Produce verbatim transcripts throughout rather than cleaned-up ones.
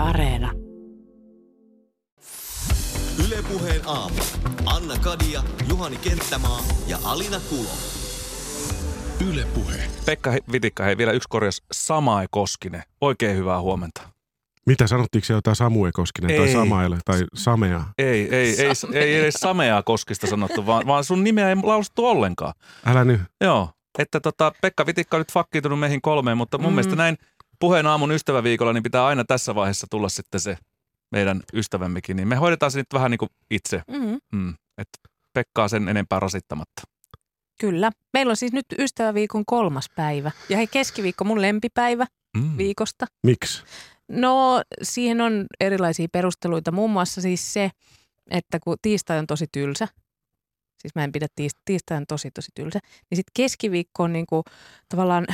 Areena. Yle Puheen aamu. Anna Kadia, Juhani Kenttämaa ja Alina Kulo. Yle Puhe. Pekka Vitikka, hei vielä yksi korjaus. Samae Koskinen. Oikein hyvää huomenta. Mitä sanottiinko se jotain Samue Koskinen ei. tai Samaele tai Samea? Ei, ei, ei, ei edes Samea Koskista sanottu, vaan, vaan sun nimeä ei lausuttu ollenkaan. Älä nyt. Joo, että tota, Pekka Vitikka on nyt fakkiitunut meihin kolmeen, mutta mun mm. mielestä näin Puheen aamun ystäväviikolla niin pitää aina tässä vaiheessa tulla sitten se meidän ystävämmekin. Niin me hoidetaan se nyt vähän niin kuin itse, mm. Mm, että Pekkaa sen enempää rasittamatta. Kyllä. Meillä on siis nyt ystäväviikon kolmas päivä. Ja hei, keskiviikko mun lempipäivä mm. viikosta. Miksi? No siihen on erilaisia perusteluita. Muun muassa siis se, että kun tiistai on tosi tylsä, siis mä en pidä tiistai, tiistai on tosi tosi tylsä, niin sitten keskiviikko on niinku tavallaan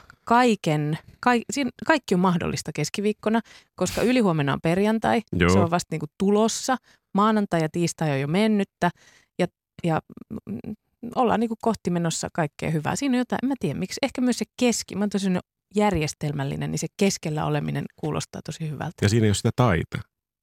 kaiken, ka, siinä, kaikki on mahdollista keskiviikkona, koska ylihuomenna on perjantai, Joo. se on vasta niinku tulossa, maanantai ja tiistai on jo mennyttä ja, ja ollaan niinku kohti menossa kaikkea hyvää. Siinä on jotain, en mä tiedä miksi, ehkä myös se keski, mä oon tosi järjestelmällinen, niin se keskellä oleminen kuulostaa tosi hyvältä. Ja siinä ei ole sitä taita.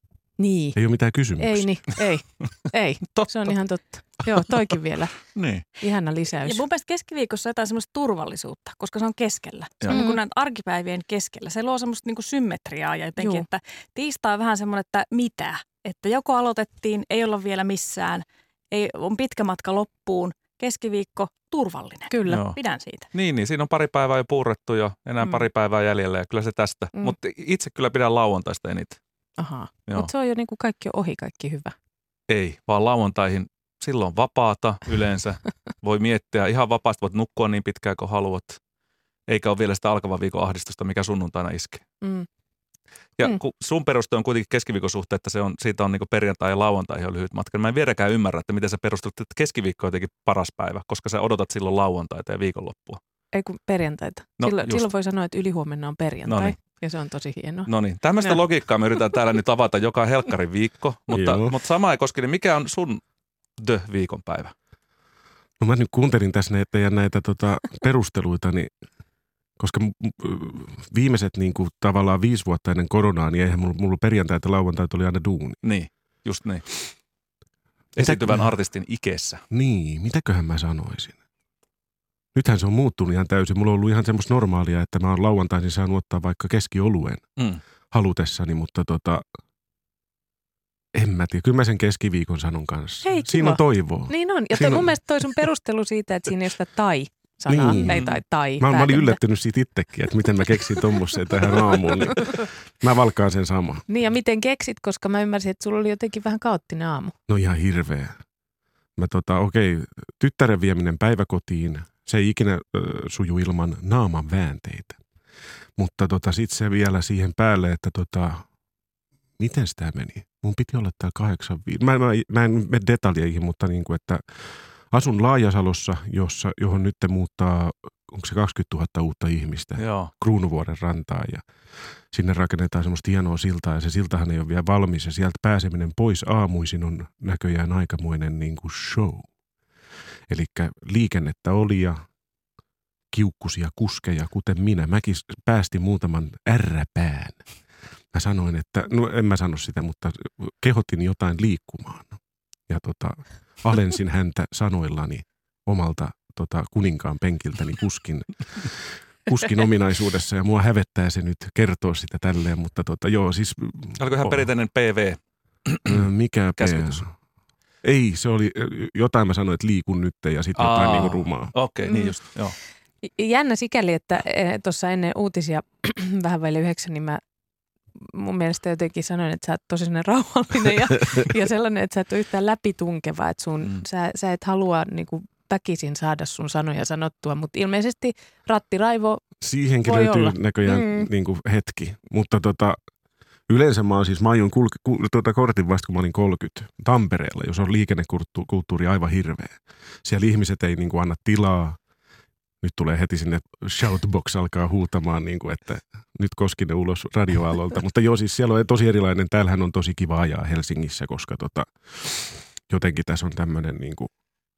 Niin. Ei ole mitään kysymyksiä. Ei niin, ei, ei. Se on ihan totta. Joo, toikin vielä. Niin. Ihana lisäys. Ja mun mielestä keskiviikossa on jotain semmoista turvallisuutta, koska se on keskellä. Se Joo. on niin kuin näin arkipäivien keskellä. Se luo semmoista niin kuin symmetriaa ja jotenkin, Joo. että tiistai on vähän semmoinen, että mitä? Että joko aloitettiin, ei olla vielä missään, ei, on pitkä matka loppuun. Keskiviikko, turvallinen. Kyllä. Joo. Pidän siitä. Niin, niin, siinä on pari päivää jo puurrettu jo, enää mm. pari päivää jäljellä ja kyllä se tästä. Mm. Mutta itse kyllä pidän lauantaista eniten. Ahaa, mutta se on jo niin kuin kaikki on ohi, kaikki hyvä. Ei, vaan lauantaihin silloin vapaata yleensä. Voi miettiä ihan vapaasti, voit nukkua niin pitkään kuin haluat. Eikä ole vielä sitä alkavan viikon ahdistusta, mikä sunnuntaina iskee. Mm. Ja Mm. kun sun peruste on kuitenkin keskiviikon suhteen, että se on, siitä on niin kuin perjantai ja lauantai on lyhyt matka. Mä en vieläkään ymmärrä, että miten sä perustut, että keskiviikko on jotenkin paras päivä, koska sä odotat silloin lauantaita ja viikonloppua. Ei kun perjantaita. No, silloin, silloin voi sanoa, että ylihuomenna on perjantai. Noniin. Ja se on tosi hienoa. No niin, tämmöistä No. logiikkaa me yritetään täällä nyt avata joka helkkarin viikko, mutta, mutta sama ei koske, niin mikä on sun the-viikonpäivä? No mä nyt kuuntelin tässä näitä, ja näitä tota, perusteluita, niin, koska viimeiset niin kuin, tavallaan viisi vuotta ennen koronaa, niin eihän mulla, mulla perjantaita ja lauantaita oli aina duuni. Niin, just niin. Esiintyvän artistin ikeessä. Niin, mitäköhän mä sanoisin? Nythän se on muuttunut ihan täysin. Mulla on ollut ihan semmoista normaalia, että mä oon lauantaisin saanut ottaa vaikka keskioluen Mm. halutessani, mutta tota, en mä tiedä. Kyllä mä sen keskiviikon sanon kanssa. Hei, siinä kiva. on toivoa. Niin on. Ja Siinä toi, mun on- mielestä toi sun perustelu siitä, että siinä ei ole sitä tai-sanaa. Niin. Ei tai tai. Mä, mä olin päätettä. yllättynyt siitä itsekin, että miten mä keksin tommoseen tähän aamuun. Niin mä valkaan sen sama. Niin ja miten keksit, koska mä ymmärsin, että sulla oli jotenkin vähän kaoottinen aamu. No ihan hirveä. Mä tota, okei, tyttären vieminen päiväkotiin, se ei ikinä ö, suju ilman naaman väänteitä. Mutta tota, sit se vielä siihen päälle, että tota, miten sitä meni? Mun piti olla täällä kahdeksan vi- mä, mä, mä en mene detaljeihin, mutta niin kuin, että asun Laajasalossa, jossa, johon nyt muuttaa, onko se kaksikymmentätuhatta uutta ihmistä, Joo. Kruunuvuoren rantaan, ja sinne rakennetaan semmoista hienoa siltaa, ja se siltahan ei ole vielä valmis, ja sieltä pääseminen pois aamuisin on näköjään aikamoinen niin kuin show. Elikkä liikennettä oli ja kiukkusia kuskeja, kuten minä. Mäkin päästin muutaman ärräpään. Mä sanoin, että, no en mä sano sitä, mutta kehotin jotain liikkumaan. Ja tota, alensin häntä sanoillani omalta tota, kuninkaan penkiltäni kuskin, kuskin ominaisuudessa. Ja mua hävettää se nyt kertoa sitä tälleen, mutta tota, joo siis... Oliko ihan perinteinen P V? Mikä Käskytys? Ei, se oli jotain mä sanoin, että liikun nyt ja sitten jotain Aa, niinku rumaa. Okei, okay, niin just, joo. Jännä sikäli, että tuossa ennen uutisia vähän vaille yhdeksän, niin mä mun mielestä jotenkin sanoin, että sä oot tosi sellainen rauhallinen ja, ja sellainen, että sä et ole yhtään läpitunkeva, että sun, mm. sä, sä et halua niin kuin väkisin saada sun sanoja sanottua, mutta ilmeisesti rattiraivo Siihenkin voi löytyy olla. näköjään Mm. niin kuin hetki, mutta tota, yleensä mä oon siis, mä aion kulke, ku, tuota kortin vasta kun mä olin kolmekymmentä Tampereella, jos on liikennekulttuuri aivan hirveä. Siellä ihmiset ei niin kuin anna tilaa. Nyt tulee heti sinne, shoutbox alkaa huutamaan, niin kuin, että nyt Koskinen ulos radioaalolta. Mutta joo, siis siellä on tosi erilainen. Täällähän on tosi kiva ajaa Helsingissä, koska tota, jotenkin tässä on tämmöinen niin kuin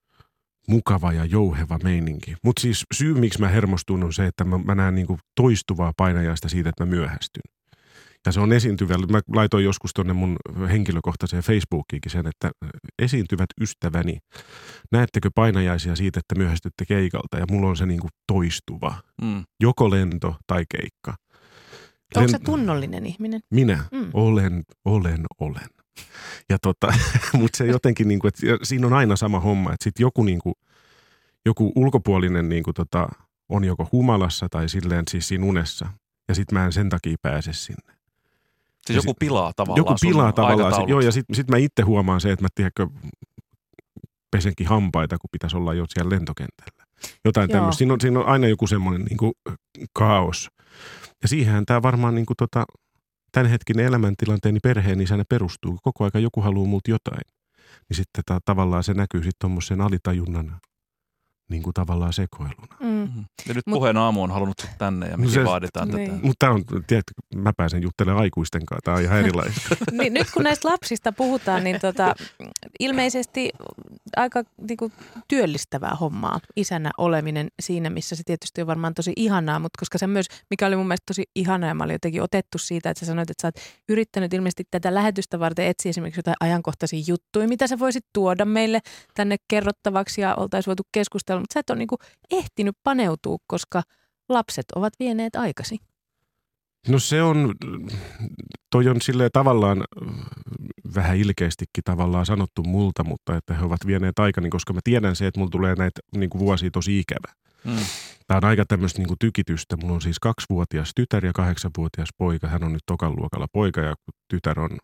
mukava ja jouheva meininki. Mutta siis syy, miksi mä hermostun, on se, että mä, mä näen niin kuin toistuvaa painajaista siitä, että mä myöhästyn. Ja se on esiintyvällä. Mä laitoin joskus tuonne mun henkilökohtaiseen Facebookiinkin sen, että esiintyvät ystäväni, näettekö painajaisia siitä, että myöhästytte keikalta? Ja mulla on se niin kuin toistuva. Mm. Joko lento tai keikka. Onko se tunnollinen ihminen? Minä mm. olen, olen, olen. Ja tota, mutta se jotenkin, niin kuin, että siinä on aina sama homma, että sitten joku, niin kuin, joku ulkopuolinen niin kuin, tota, on joko humalassa tai silleen siis siinä unessa. Ja sitten mä en sen takia pääse sinne. Siis joku pilaa tavallaan Joku pilaa tavallaan. Joo, ja sitten sit mä itse huomaan se, että mä tiedätkö, pesenkin hampaita, kun pitäisi olla jo siellä lentokentällä. Jotain tämmöistä. Siinä on, siinä on aina joku semmoinen niin kuin kaos. Ja siihenhän tämä varmaan niin kuin tota, tämänhetkinen elämäntilanteeni perheen isänä perustuu. Koko aika joku haluaa multa jotain. Niin sitten ta, tavallaan se näkyy sitten tuommoisen alitajunnan niin kuin tavallaan sekoiluna. Mm. Ja nyt Puheen aamu on halunnut sut tänne ja mekin vaaditaan niin. tätä. Mutta tämä on, tiedätkö, mä pääsen juttelemaan aikuisten kanssa. Tämä on ihan erilaista. Niin, nyt kun näistä lapsista puhutaan, niin tota, ilmeisesti aika niin kuin, työllistävää hommaa isänä oleminen siinä, missä se tietysti on varmaan tosi ihanaa, mutta koska se myös, mikä oli mun mielestä tosi ihanaa ja mä olin jotenkin otettu siitä, että sä sanoit, että sä oot yrittänyt ilmeisesti tätä lähetystä varten etsiä esimerkiksi jotain ajankohtaisia juttuja, mitä sä voisit tuoda meille tänne kerrottavaksi ja oltaisiin voitu keskustella, mutta sä et ole niin kuin ehtinyt paneutua, koska lapset ovat vieneet aikasi. No se on, toi on silleen tavallaan vähän ilkeästikin tavallaan sanottu multa, mutta että he ovat vieneet aikani, koska mä tiedän se, että mulla tulee näitä niin kuin vuosia tosi ikävä. Mm. Tämä on aika tämmöistä niin kuin tykitystä. Mulla on siis kaksivuotias tytär ja kahdeksanvuotias poika. Hän on nyt tokan luokalla poika ja tytär on,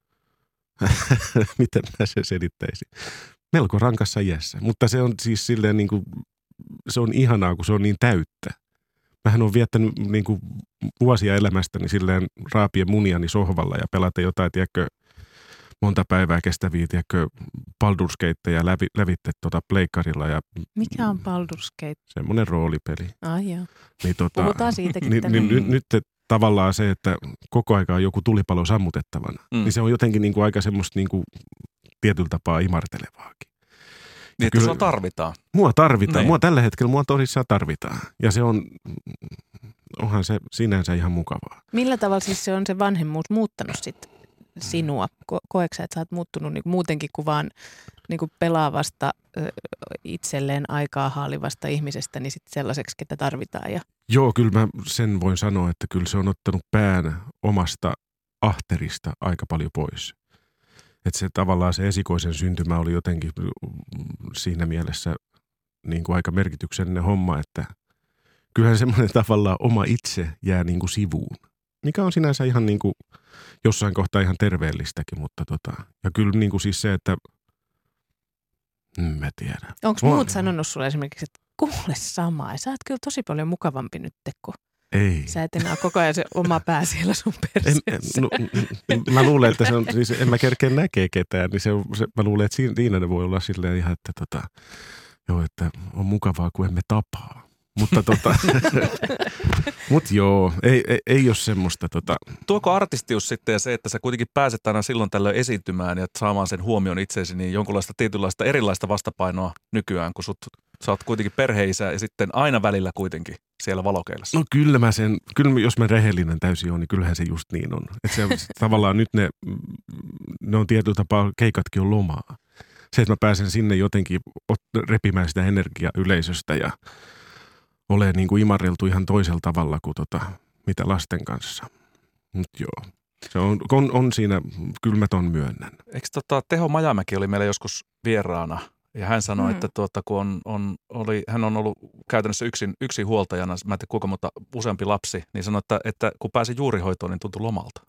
miten mä sen selittäisin, melko rankassa iässä. Mutta se on siis silleen niin kuin, se on ihanaa, kun se on niin täyttä. Mähän on viettänyt niin kuin vuosia elämästäni silleen raapien muniani sohvalla ja pelata jotain, tiedätkö, monta päivää kestäviä, tiedätkö, Baldur's Gateja lävi, lävitte tuota pleikkarilla. Ja, mikä on Baldur's Gate? Semmoinen roolipeli. Ai joo. Niin, tota, puhutaan siitäkin. Niin, niin, nyt, nyt tavallaan se, että koko aika on joku tulipalo sammutettavana, mm. niin se on jotenkin niin kuin aika semmoista niin kuin tietyllä tapaa imartelevaakin. Niin, että sua tarvitaan. Mua tarvitaan. Nein. Mua tällä hetkellä mua tosissaan tarvitaan. Ja se on, onhan se sinänsä ihan mukavaa. Millä tavalla siis se on se vanhemmuus muuttanut sitten sinua? Ko- koetko sä, että sä oot muuttunut niin muutenkin kuin vaan niin kuin pelaavasta, ö, itselleen aikaa haalivasta ihmisestä, niin sitten sellaiseksi, ketä tarvitaan? Ja... Joo, kyllä mä sen voin sanoa, että kyllä se on ottanut pään omasta ahterista aika paljon pois. Että se tavallaan se esikoisen syntymä oli jotenkin siinä mielessä niin kuin aika merkityksellinen homma, että kyllähän semmoinen tavallaan oma itse jää niin kuin sivuun, mikä on sinänsä ihan niin kuin jossain kohtaa ihan terveellistäkin, mutta tota, ja kyllä niin kuin siis se, että mä tiedän. Onko muut Mua... sanonut sulle esimerkiksi, että kuule samaa, sä oot kyllä tosi paljon mukavampi nyt, kun ei. Sä et enää koko ajan se oma pää siellä sun perseessä. No, mä luulen, että se on, siis en mä kerkeä näkee ketään, niin se, on, se, mä luulen, että siinä ne voi olla silleen ihan, että tota, joo, että on mukavaa, kun emme tapaa. Mutta tota, mut joo, ei, ei, ei ole semmoista tota. Tuoko artistius sitten ja se, että sä kuitenkin pääset aina silloin tällöin esiintymään ja saamaan sen huomion itseesi, niin jonkunlaista tietynlaista erilaista vastapainoa nykyään, kun sut, sä oot kuitenkin perheisä ja sitten aina välillä kuitenkin siellä valokeilassa. No kyllä mä sen, kyllä jos mä rehellinen täysin on, niin kyllähän se just niin on. Että se tavallaan nyt ne, ne on tietyllä tapaa, keikatkin on lomaa. Se, että mä pääsen sinne jotenkin repimään sitä energiaa yleisöstä ja ole niin kuin imarreltu ihan toisella tavalla kuin tota, mitä lasten kanssa. Mutta joo, se on, on, on siinä, kyllä mä ton myönnän. Eikö tota, Teho Majamäki oli meillä joskus vieraana ja hän sanoi, mm. että tuota, kun on, on, oli, hän on ollut käytännössä yksin, yksin huoltajana, mä en tiedä kuinka monta useampi lapsi, niin sanoi, että, että kun pääsi juurihoitoon, niin tuntui lomalta.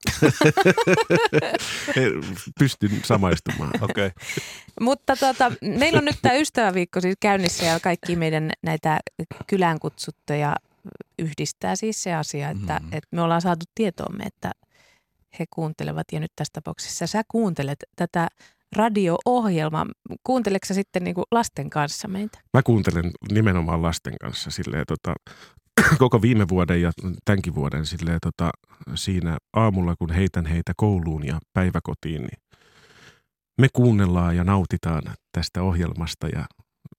Pystyn samaistumaan. Okei. Okay. Mutta tota, meillä on nyt tämä ystäväviikko siis käynnissä ja kaikki meidän näitä kylään kutsuttuja yhdistää siis se asia, että, mm. että me ollaan saatu tietoomme, että he kuuntelevat ja nyt tässä tapauksessa sä kuuntelet tätä radio-ohjelmaa. Kuunteleksä sä sitten niin kuin lasten kanssa meitä? Mä kuuntelen nimenomaan lasten kanssa silleen, tota, koko viime vuoden ja tämänkin vuoden silleen, tota, siinä aamulla, kun heitän heitä kouluun ja päiväkotiin, niin me kuunnellaan ja nautitaan tästä ohjelmasta ja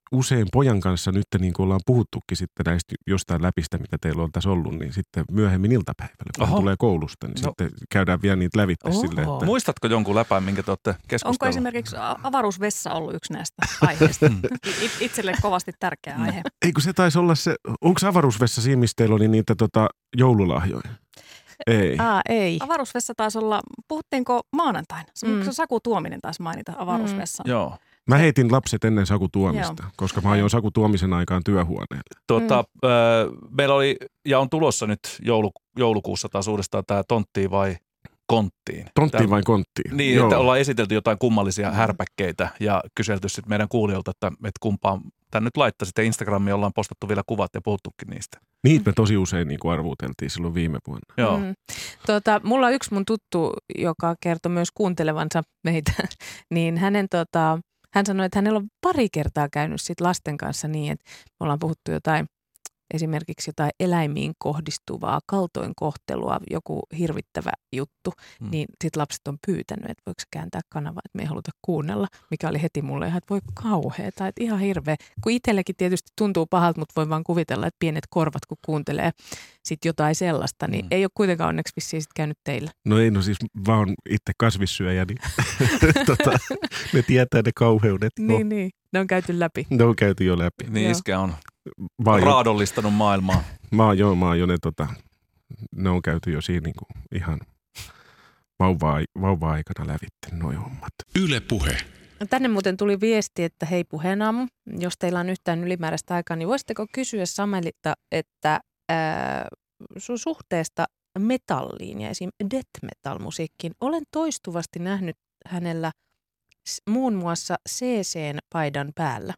usein pojan kanssa nyt, niin kuin ollaan puhuttukin sitten näistä jostain läpistä, mitä teillä on tässä ollut, niin sitten myöhemmin iltapäivällä, kun tulee koulusta, niin no. sitten käydään vielä niitä lävitse silleen, että... Muistatko jonkun läpän, minkä te olette keskustelleet? Onko esimerkiksi avaruusvessa ollut yksi näistä aiheista? Itselle kovasti tärkeä aihe. Eikö se taisi olla se, onko avaruusvessa siinä, missä teillä oli niitä tota, joululahjoja? Ei. Aa, ei. Avaruusvessa taisi olla, puhuttiinko maanantaina? Mm. Se Saku Tuominen taisi mainita avaruusvessan. Mm. Joo. Mä heitin lapset ennen Saku Tuomista, Joo. koska mä ajoin Saku Tuomisen aikaan työhuoneelle. Tuota, mm. äh, meillä oli, ja on tulossa nyt joulu, joulukuussa taas uudestaan tämä Tonttiin vai Konttiin. Tonttiin vai Konttiin. Niin, Joo. että ollaan esitelty jotain kummallisia härpäkkeitä ja kyselty sitten meidän kuulijoilta, että, että kumpaan tämän nyt laittaisitte. Instagramiin ollaan postattu vielä kuvat ja puhuttukin niistä. Niitä me tosi usein niin kuin arvuuteltiin silloin viime vuonna. Joo. Mm. Tota, mulla on yksi mun tuttu, joka kertoi myös kuuntelevansa meitä, niin hänen tota, hän sanoi, että hänellä on pari kertaa käynyt sit lasten kanssa niin, että me ollaan puhuttu jotain, esimerkiksi jotain eläimiin kohdistuvaa kaltoinkohtelua, joku hirvittävä juttu, mm. niin sitten lapset on pyytänyt, että voiko se kääntää kanavaa, että me ei haluta kuunnella, mikä oli heti mulle ihan, että voi kauheeta, että ihan hirveä. Kun itsellekin tietysti tuntuu pahalta, mutta voi vaan kuvitella, että pienet korvat, kun kuuntelee sitten jotain sellaista, niin mm. ei ole kuitenkaan onneksi vissiin sit käynyt teillä. No ei, no siis vaan itse kasvissyöjä, niin tota, ne tietää ne kauheudet. Niin, niin, ne on käyty läpi. Ne on käyty jo läpi. Niin iskä on. Raadollistanut maailmaa. Mä oon jo, mä oon jo ne, tota, ne on käyty jo siinä niinku ihan vauva, vauva-aikana lävitte noi hommat. Yle Puhe. Tänne muuten tuli viesti, että hei Puheenaamu, jos teillä on yhtään ylimääräistä aikaa, niin voisitteko kysyä Samelilta, että ää, sun suhteesta metalliin ja esim. Death metal-musiikkiin. Olen toistuvasti nähnyt hänellä muun muassa C C-paidan päällä.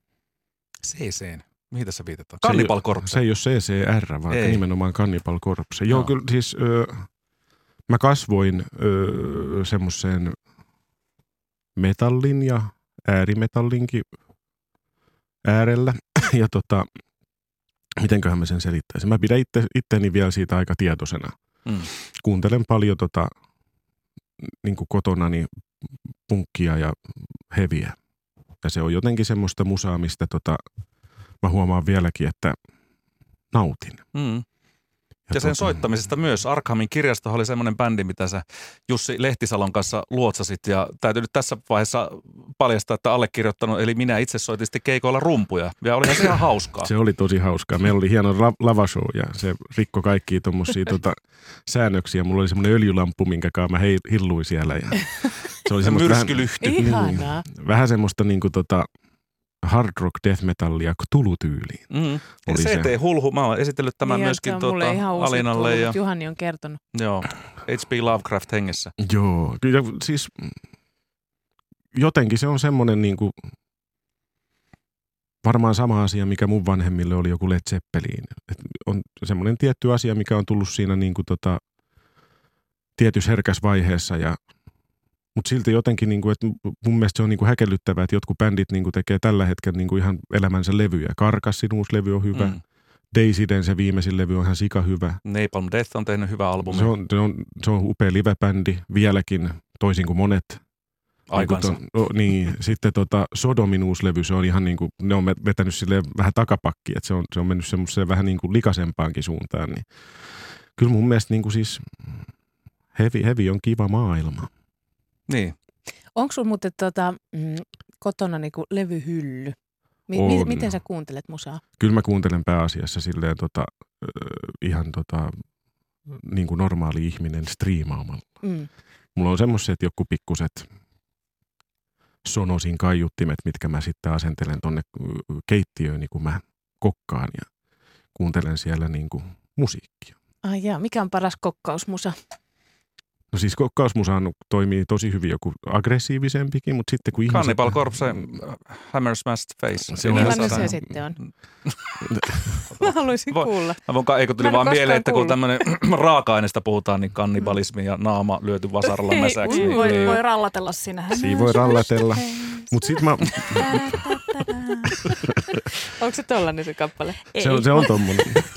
C C? Mihin tässä viitataan? Cannibal Corpse. Se ei ole C C R, vaan ei. Nimenomaan Cannibal Corpse. Joo, no. Kyllä siis ö, mä kasvoin ö, semmoiseen metallin ja äärimetallinkin äärellä. Ja tota, mitenköhän mä sen selittäisin? Mä pidän itte, itteni vielä siitä aika tietoisena. Mm. Kuuntelen paljon tota, niin kuin kotonani punkkia ja heviä. Ja se on jotenkin semmoista musaa, mistä tota, mä huomaan vieläkin, että nautin. Mm. Ja, ja sen tota... soittamisesta myös. Arkhamin kirjasto oli semmoinen bändi, mitä sä Jussi Lehtisalon kanssa luotsasit. Ja täytyy nyt tässä vaiheessa paljastaa, että allekirjoittanut, eli minä itse soitin sitten keikoilla rumpuja. Ja olihan se ihan hauskaa. Se oli tosi hauskaa. Meillä oli hieno la- lavashow ja se rikko kaikkia tommosia tota, säännöksiä. Mulla oli semmoinen öljylamppu, minkä kanssa mä hei- hilluin siellä. Ja se oli semmoista myrskylyhty. Ihanaa. Niin, vähän semmoista niinku tota... hard rock death metallia Cthulhu-tyyliin. Mm. C T Hulhu, mä oon esitellyt tämän niin, myöskin tuota, Alinalle. Ja... Juhani on kertonut. Joo, H P Lovecraft hengessä. Joo, kyllä siis jotenkin se on semmoinen niinku, varmaan sama asia, mikä mun vanhemmille oli joku Led Zeppelin. Et on semmoinen tietty asia, mikä on tullut siinä niinku tota, tietyssä herkässä vaiheessa ja mutta silti jotenkin, niinku, että mun mielestä se on niinku häkellyttävää, että jotkut bändit niinku tekee tällä hetkellä niinku ihan elämänsä levyjä. Karkassin uusi levy on hyvä. Mm. Daisiden se viimeisin levy on ihan sika hyvä. Napalm Death on tehnyt hyvä albumi. Se on, se on, se on upea livebändi vieläkin, toisin kuin monet. Aikansa. Niin, to, niin sitten tota Sodomin uusi levy, se on ihan niinku, ne on vetänyt silleen vähän takapakkiin, että se on, se on mennyt semmoiseen vähän niinku likasempaankin suuntaan. Niin. Kyllä mun mielestä niinku siis heavy, heavy on kiva maailma. Niin. Onko sun muuten tota, mm, kotona niinku levyhylly? Mi- mi- miten sä kuuntelet musaa? Kyllä mä kuuntelen pääasiassa silleen tota, ihan tota, niin kuin normaali ihminen striimaamalla. Mm. Mulla on semmoiset joku pikkuset Sonosin kaiuttimet, mitkä mä sitten asentelen tonne keittiöön, niin kun mä kokkaan ja kuuntelen siellä niin kuin musiikkia. Ai jaa, mikä on paras kokkausmusa? No siis kokkausmusaan toimii tosi hyvin joku aggressiivisempikin, mutta sitten kun ihmiset... Cannibal Corpse, Hammer Smashed Face. Se millainen se sitten on? Mä haluaisin Vo, kuulla. Eikö tuli vaan mieleen, että kun tämmöinen raaka-aineesta puhutaan, niin kannibalismi ja naama lyöty vasaralla mäsäksi. Niin, voi, voi rallatella siinä. Siinä voi rallatella. Mutta sitten mä... Onko se tollainen se kappale? Se on, se on tommonen.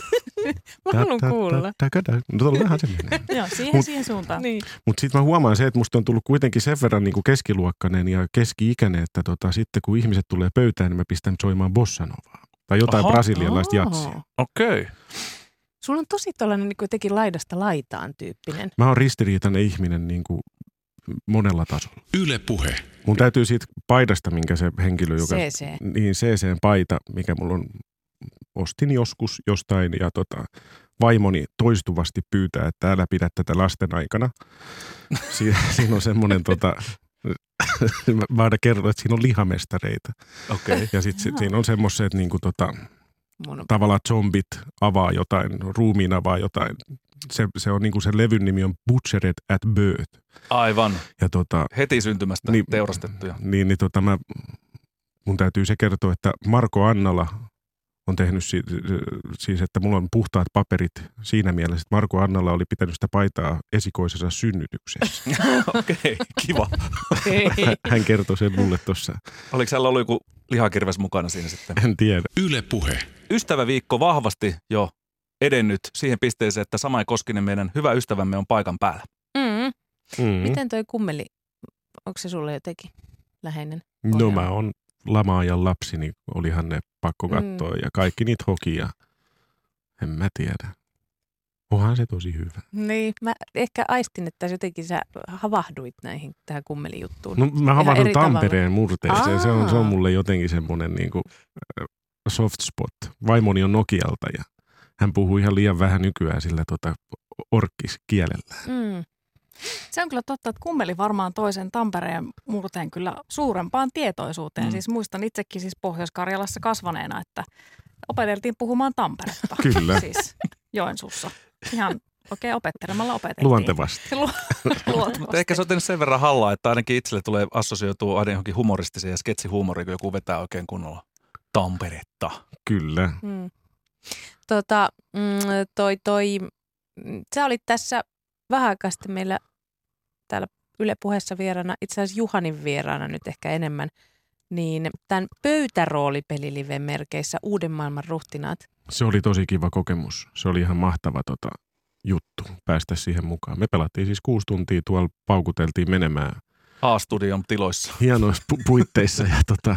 Mä haluan kuulla. No tuolla vähän se menee. Joo, siihen, siihen suuntaan. Niin. Mutta sitten mä huomaan se, että musta on tullut kuitenkin sen verran niin kuin keskiluokkainen ja keski-ikäinen, että tota, sitten kun ihmiset tulee pöytään, niin mä pistän soimaan bossanovaa. Tai jotain Aha. brasilialaista jatsia. Okei. Okay. Sulla on tosi tollainen niin jotenkin laidasta laitaan tyyppinen. Mä oon ristiriitainen ihminen niin kuin monella tasolla. Yle Puhe. Mun täytyy siitä paidasta, minkä se henkilö, joka... C C. Niin C C:n-paita, mikä mulla on, ostin joskus jostain ja tota, vaimoni toistuvasti pyytää, että älä pidä tätä lasten aikana. Si- siinä on semmoinen tota... Mä aina kerron, että siinä on lihamestareita. Okei. Okay. Ja sitten sit, siinä on semmoiset niinku tota... Mun... Tavallaan zombit avaa jotain, ruumiin avaa jotain. Se, se on niinku sen levyn nimi on Butchered at Birth. Aivan. Ja tota, Heti syntymästä niin, teurastettuja. Niin, niin tota mä, mun täytyy se kertoa, että Marko Annala on tehnyt si- siis, että mulla on puhtaat paperit siinä mielessä, että Marko Annala oli pitänyt sitä paitaa esikoisensa synnytyksessä. Okei, okay, kiva. Hän kertoi sen mulle tuossa. Oliko siellä ollut joku lihakirves mukana siinä sitten? En tiedä. Yle Puhe. Ystäväviikko vahvasti jo edennyt siihen pisteeseen, että Samai Koskinen, meidän hyvä ystävämme, on paikan päällä. Mm. Mm. Miten toi kummeli, onko se sulle jotenkin läheinen? No mä oon lama-ajan lapsi, niin olihan ne pakko katsoa mm. ja kaikki niitä hoki ja en mä tiedä. Onhan se tosi hyvä. Niin, mä ehkä aistin, että jotenkin sä havahduit näihin tähän kummelijuttuun. No mä havahdun Tampereen tavalla. murteeseen. Se on, se on mulle jotenkin semmoinen niinku soft spot. Vaimoni on Nokialta ja hän puhuu ihan liian vähän nykyään sillä tota orkkiskielellä. Mm. Se on kyllä totta, että kummeli varmaan toisen Tampereen murteen kyllä suurempaan tietoisuuteen. Mm. Siis muistan itsekin siis Pohjois-Karjalassa kasvaneena, että opeteltiin puhumaan Tamperetta. Kyllä. Siis Joensuussa. Ihan oikein opettelemalla opeteltiin. Luontevasti. Lu- Luontevasti. Mutta ehkä se on tehnyt sen verran hallaa, että ainakin itselle tulee assosioitua aina johonkin humoristiseen ja sketsihuumoriin, kun joku vetää oikein kunnolla Tamperetta. Kyllä. Mm. Tota, mm, toi, toi, sä olit tässä vähän aikaa sitten meillä täällä Yle Puheessa vieraana, itse asiassa Juhanin vieraana nyt ehkä enemmän, niin tämän pöytäroolipeliliven merkeissä Uuden maailman ruhtinaat. Se oli tosi kiva kokemus. Se oli ihan mahtava tota, juttu päästä siihen mukaan. Me pelattiin siis kuusi tuntia, tuolla paukuteltiin menemään. A-studion tiloissa. Hienoissa pu- puitteissa ja tota,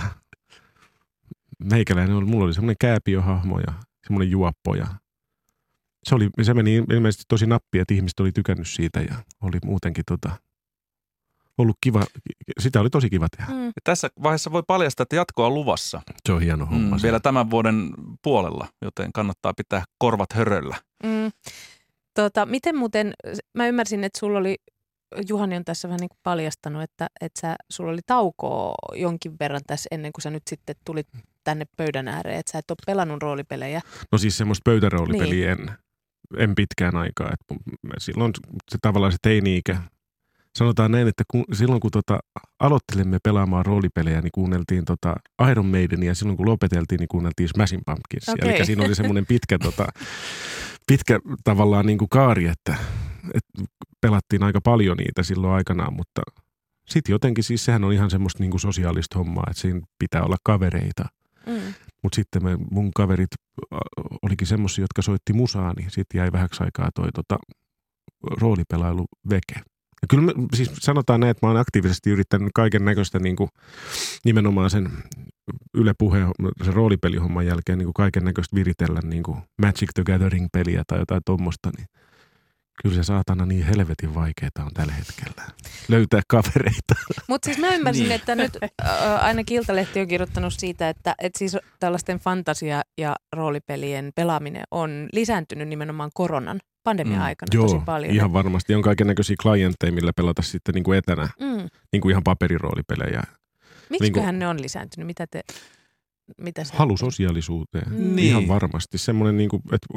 meikäläinen oli, mulla oli semmoinen kääpiöhahmo ja semmoinen juoppo ja se, oli, se meni ilmeisesti tosi nappi, että ihmiset oli tykännyt siitä ja oli muutenkin tota, ollut kiva, sitä oli tosi kiva tehdä. Mm. Tässä vaiheessa voi paljastaa, että jatkoa on luvassa. Se on hieno homma. Mm, vielä tämän vuoden puolella, joten kannattaa pitää korvat höröllä. Mm. Tota, miten muuten, mä ymmärsin, että sulla oli, Juhani on tässä vähän niin kuin paljastanut, että, että sä, sulla oli taukoa jonkin verran tässä ennen kuin sä nyt sitten tulit tänne pöydän ääreen, että sä et ole pelannut roolipelejä. No siis semmoista pöytäroolipeliä niin. en, en pitkään aikaa. Et silloin se tavallaan se teini-ikä. Sanotaan näin, että kun, silloin kun tota, aloittelimme pelaamaan roolipelejä, niin kuunneltiin tota Iron Maidenia ja silloin kun lopeteltiin, niin kuunneltiin Smashing Pumpkinsia. Okay. Eli siinä oli semmoinen pitkä, tota, pitkä tavallaan niin kuin kaari, että, että pelattiin aika paljon niitä silloin aikanaan, mutta sitten jotenkin siis sehän on ihan semmoista niin kuin sosiaalista hommaa, että siinä pitää olla kavereita. Mm. Mutta sitten me, mun kaverit olikin semmoisia, jotka soitti musaa, niin sitten jäi vähäksi aikaa toi tota, roolipelailu veke. Ja kyllä me, siis sanotaan näin, että mä oon aktiivisesti yrittänyt kaiken näköistä niin kuin nimenomaan sen Yle Puheen, sen roolipelihomman jälkeen niin kuin kaiken näköistä viritellä niin kuin Magic the Gathering-peliä tai jotain tommoista, niin kyllä se saatana niin helvetin vaikeaa on tällä hetkellä löytää kavereita. Mutta siis mä ymmärsin, niin. että nyt äh, ainakin Iltalehti on kirjoittanut siitä, että et siis tällaisten fantasia- ja roolipelien pelaaminen on lisääntynyt nimenomaan koronan pandemian mm. aikana Joo, tosi paljon. Ihan varmasti. On kaiken näköisiä klientteja, millä pelata sitten niin kuin etänä, mm. niin kuin ihan paperiroolipelejä. Miksiköhän niin kuin, ne on lisääntynyt? Mitä te... Mitä se halu sosiaalisuuteen. Mm. Ihan niin. varmasti. Semmoinen, niin kuin, että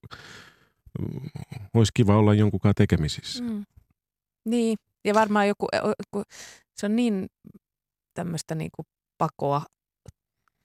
olisi kiva olla jonkunkaan tekemisissä. Mm. Niin, ja varmaan joku, se on niin tämmöistä niin kuin pakoa siitä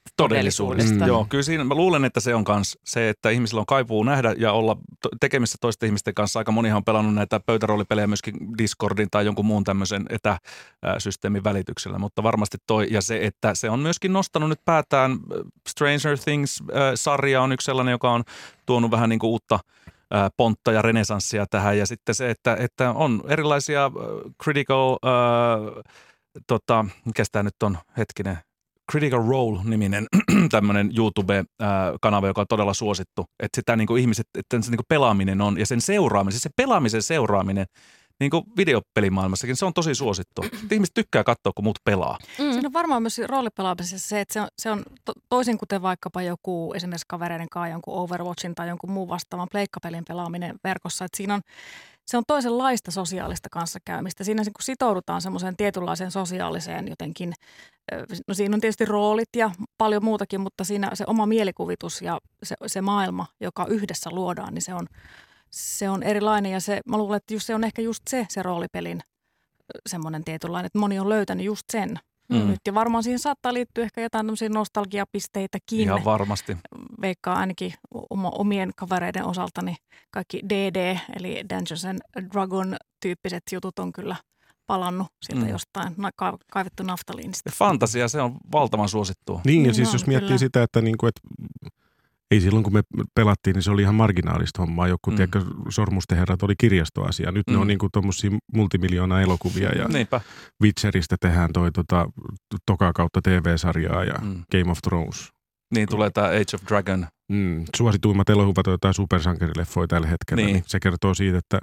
todellisuudesta. Mm. Joo, kyllä siinä mä luulen, että se on kans se, että ihmisillä on kaipuu nähdä ja olla to- tekemissä toisten ihmisten kanssa. Aika monihan on pelannut näitä pöytäroolipelejä myöskin Discordin tai jonkun muun tämmöisen etäsysteemin välityksellä, mutta varmasti toi ja se, että se on myöskin nostanut nyt päätään. Stranger Things-sarja on yksi sellainen, joka on tuonut vähän niin kuin uutta pontta ja renesanssia tähän ja sitten se, että, että on erilaisia critical, äh, tota, mikä tämä nyt on hetkinen, Critical Role-niminen tämmöinen YouTube-kanava, joka on todella suosittu, että sitä niin kuin ihmiset, että se niin kuin pelaaminen on ja sen seuraaminen, se pelaamisen seuraaminen niin kuin videopelimaailmassakin, se on tosi suosittu. Ihmiset tykkää katsoa, kun muut pelaa. Mm. Siinä on varmaan myös roolipelaamisessa se, että se on, se on to, toisin kuten vaikkapa joku esimerkiksi kavereiden kanssa jonkun Overwatchin tai jonkun muun vastaavan pleikkapelin pelaaminen verkossa, että siinä on se on toisenlaista sosiaalista kanssakäymistä. Siinä kun sitoudutaan semmoiseen tietynlaiseen sosiaaliseen jotenkin, no siinä on tietysti roolit ja paljon muutakin, mutta siinä se oma mielikuvitus ja se, se maailma, joka yhdessä luodaan, niin se on, se on erilainen. Ja se, mä luulen, että just se on ehkä just se, se roolipelin semmoinen tietynlainen, että moni on löytänyt just sen. Mm. Nyt ja varmaan siihen saattaa liittyä ehkä jotain tämmöisiä nostalgiapisteitäkin. Ihan varmasti. Veikkaa ainakin omien kavereiden osalta, niin kaikki D D, eli Dungeons and Dragon -tyyppiset jutut on kyllä palannut sieltä mm. jostain kaivettu naftaliinista. Fantasia, se on valtavan suosittua. Niin, ja siis no, jos miettii kyllä. sitä, että, niinku, että ei silloin kun me pelattiin, niin se oli ihan marginaalista hommaa. Joku mm. tiedätkö, Sormusten herrat oli kirjastoasia. Nyt mm. ne on niinku tuommoisia multimiljoonaa elokuvia ja Niinpä. Witcheristä tehdään toi tota, tokaa kautta T V-sarjaa ja mm. Game of Thrones. Niin tulee tämä Age of Dragon. Mm. Suosituimmat elokuvat on jotain supersankarileffoja tällä hetkellä. Niin. Niin se kertoo siitä, että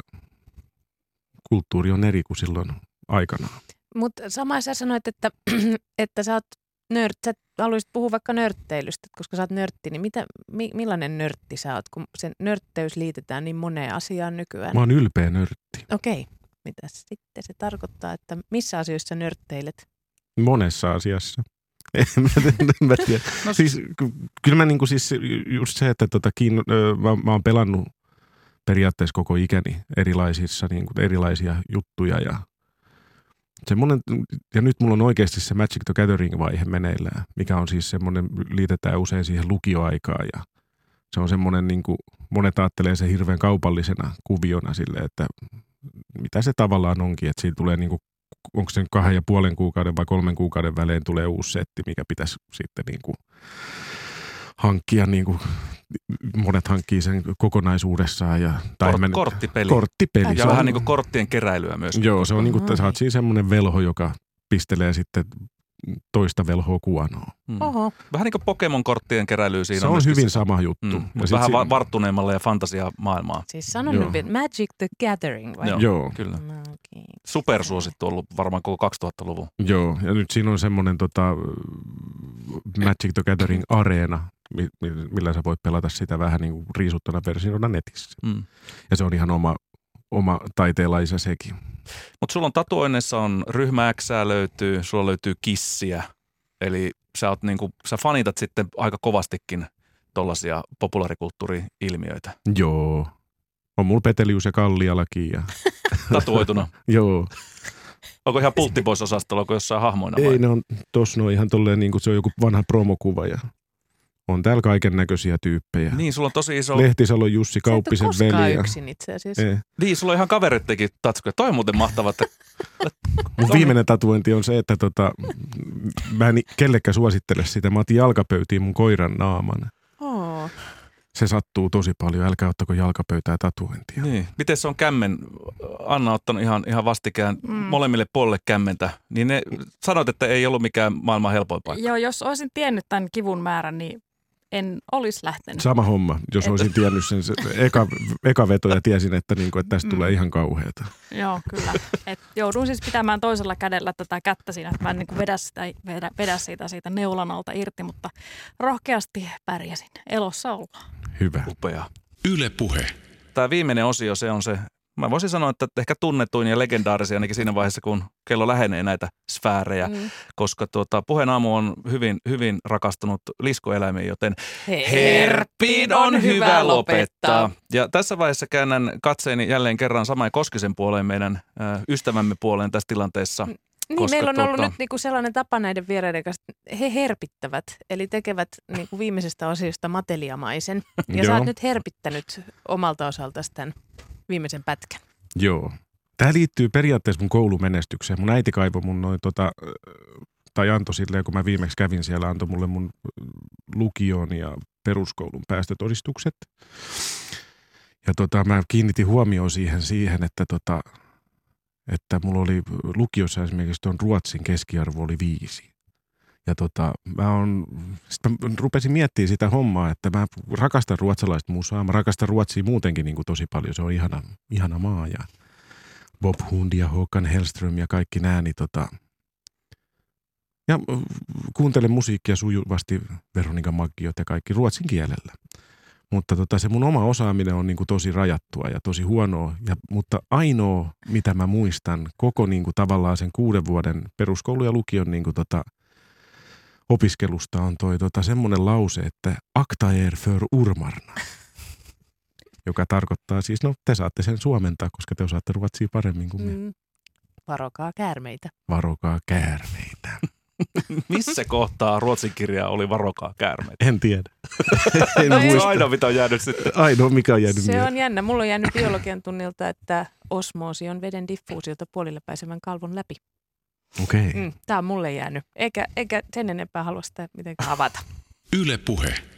kulttuuri on eri kuin silloin aikanaan. Mutta sama sä sanoit, että, että sä oot nörtt, sä haluaisit puhua vaikka nörtteilystä, koska sä oot nörtti, niin mitä, mi, millainen nörtti sä oot, kun sen nörtteys liitetään niin moneen asiaan nykyään? Mä oon ylpeä nörtti. Okei, mitä sitten se tarkoittaa, että missä asioissa nörtteilet? Monessa asiassa. En mä tiedä. No, siis, kyllä mä niinku siis just se, että tota, kiinno, mä, mä oon pelannut periaatteessa koko ikäni erilaisissa, niinku, erilaisia juttuja ja semmoinen, ja nyt mulla on oikeasti se Magic the Gathering-vaihe meneillään, mikä on siis semmoinen, liitetään usein siihen lukioaikaan ja se on semmoinen, niin kuin monet ajattelee se hirveän kaupallisena kuviona silleen, että mitä se tavallaan onkin, että siinä tulee niin kuin, onko se kahden ja puolen kuukauden vai kolmen kuukauden välein tulee uusi setti, mikä pitäisi sitten niin kuin hankkia, niin kuin monet hankkii sen kokonaisuudessaan. Ja, tai Kort, men, korttipeli. Korttipeli. Ja vähän niin kuin korttien keräilyä myös. Joo, se on niin kuin, sä oot siinä semmoinen velho, joka pistelee sitten toista velhoa kuonoon. Mm. Oho. Vähän niin kuin Pokemon-korttien keräilyä siinä se on. on hyvin se sama juttu. Mm, mutta vähän siinä varttuneemmalle ja fantasia-maailmaa. Siis sanon nyt Magic the Gathering vai? Joo, Joo. Kyllä. No, okay. Supersuosittu ollut varmaan koko kaksituhattaluvun. Joo, ja nyt siinä on semmoinen tota, Magic the Gathering Areena, millä sä voit pelata sitä vähän niin kuin riisuttuna versiona netissä. Mm. Ja se on ihan oma, oma taiteenlaisa sekin. Mutta sulla on tatuoinnissa on ryhmä X löytyy, sulla löytyy Kissiä. Eli sä, oot niinku, sä fanitat sitten aika kovastikin tollaisia populaarikulttuuri-ilmiöitä. Joo. On mulla Petelius ja Kallialakin. Ja tatuoituna? Joo. Onko ihan pulttipois-osastolla, onko jossain hahmoina vai? Ei, ne on tossa noin ihan tolleen niin kuin se on joku vanha promokuva ja on täällä kaiken näköisiä tyyppejä. Niin, sulla on tosi iso... Lehtisalon Jussi Kauppisen veli. Sä et ole koskaan yksin itse asiassa. Ei. Niin, sulla on ihan kaverittekin tatskuja. Toi on muuten mahtavaa, että... Mun viimeinen tatuointi on se, että tota, mä en kellekään suosittele sitä. Mä otin jalkapöytiin mun koiran naaman. Oh. Se sattuu tosi paljon. Älkää ottako jalkapöytää tatuointia. Niin. Miten se on kämmen? Anna on ottanut ihan, ihan vastikään mm. molemmille puolelle kämmentä. Niin ne sanoit, että ei ollut mikään maailman helpoin paikka. Joo, jos olisin tiennyt tämän kivun määrän, niin en olisi lähtenyt. Sama homma, jos Et... olisin tiennyt sen se eka, eka veto ja tiesin, että, niinku, että tästä mm. tulee ihan kauheata. Joo, kyllä. Et joudun siis pitämään toisella kädellä tätä kättä siinä, että mä en niin vedä, sitä, vedä, vedä siitä, siitä neulan alta irti, mutta rohkeasti pärjäsin. Elossa ollaan. Hyvä. Upea. Yle Puhe. Tämä viimeinen osio, se on se, mä voisin sanoa, että ehkä tunnetuin ja legendaarisia ainakin siinä vaiheessa, kun kello lähenee näitä sfäärejä, mm. koska tuota, Puheen aamu on hyvin, hyvin rakastunut liskoeläimiin, joten herppiin on hyvä lopettaa. Ja tässä vaiheessa käännän katseeni jälleen kerran Samai Koskisen puoleen, meidän äh, ystävämme puoleen tässä tilanteessa. Niin, meillä on ollut tuota... nyt niinku sellainen tapa näiden vieraiden kanssa, he herpittävät, eli tekevät niinku viimeisestä osiosta mateliamaisen. Ja sä oot nyt herpittänyt omalta osaltasi tämän viimeisen pätkän. Joo. Tämä liittyy periaatteessa mun koulumenestykseen. Mun äiti kaivoi mun noin tota, tai antoi silleen, kun mä viimeksi kävin siellä, antoi mulle mun lukion ja peruskoulun päästötodistukset. Ja tota, mä kiinnitin huomioon siihen, siihen että, tota, että mulla oli lukiossa esimerkiksi tuon Ruotsin keskiarvo oli viisi. Ja tota, mä, on, mä rupesin miettimään sitä hommaa, että mä rakastan ruotsalaista musaa. Mä rakastan Ruotsia muutenkin niin kuin tosi paljon. Se on ihana, ihana maa ja Bob Hund ja Håkan Hellström ja kaikki nää. Niin tota, ja kuuntelen musiikkia sujuvasti, Veronika Maggiot ja kaikki ruotsin kielellä. Mutta tota, se mun oma osaaminen on niinku tosi rajattua ja tosi huonoa. Ja, mutta ainoa, mitä mä muistan koko niinku tavallaan sen kuuden vuoden peruskoulu- ja lukion niinku tota, opiskelusta on toi tota, semmoinen lause, että akta er för urmarna. Joka tarkoittaa siis, no te saatte sen suomentaa, koska te osaatte ruotsia paremmin kuin me. Mm. Varokaa käärmeitä. Varokaa käärmeitä. Missä kohtaa ruotsin kirjaa oli varokaa käärmeitä? En tiedä. En no muista. Ainoa, mitä on jäänyt sitten. Ainoa, mikä on jäänyt Se mieleen. on jännä. Mulla on jäänyt biologian tunnilta, että osmoosi on veden diffuusiota puolille pääsevän kalvon läpi. Okei. Okay. Mm, tää on mulle jäänyt. Eikä, eikä sen enempää halua sitä mitenkään avata. Yle Puhe.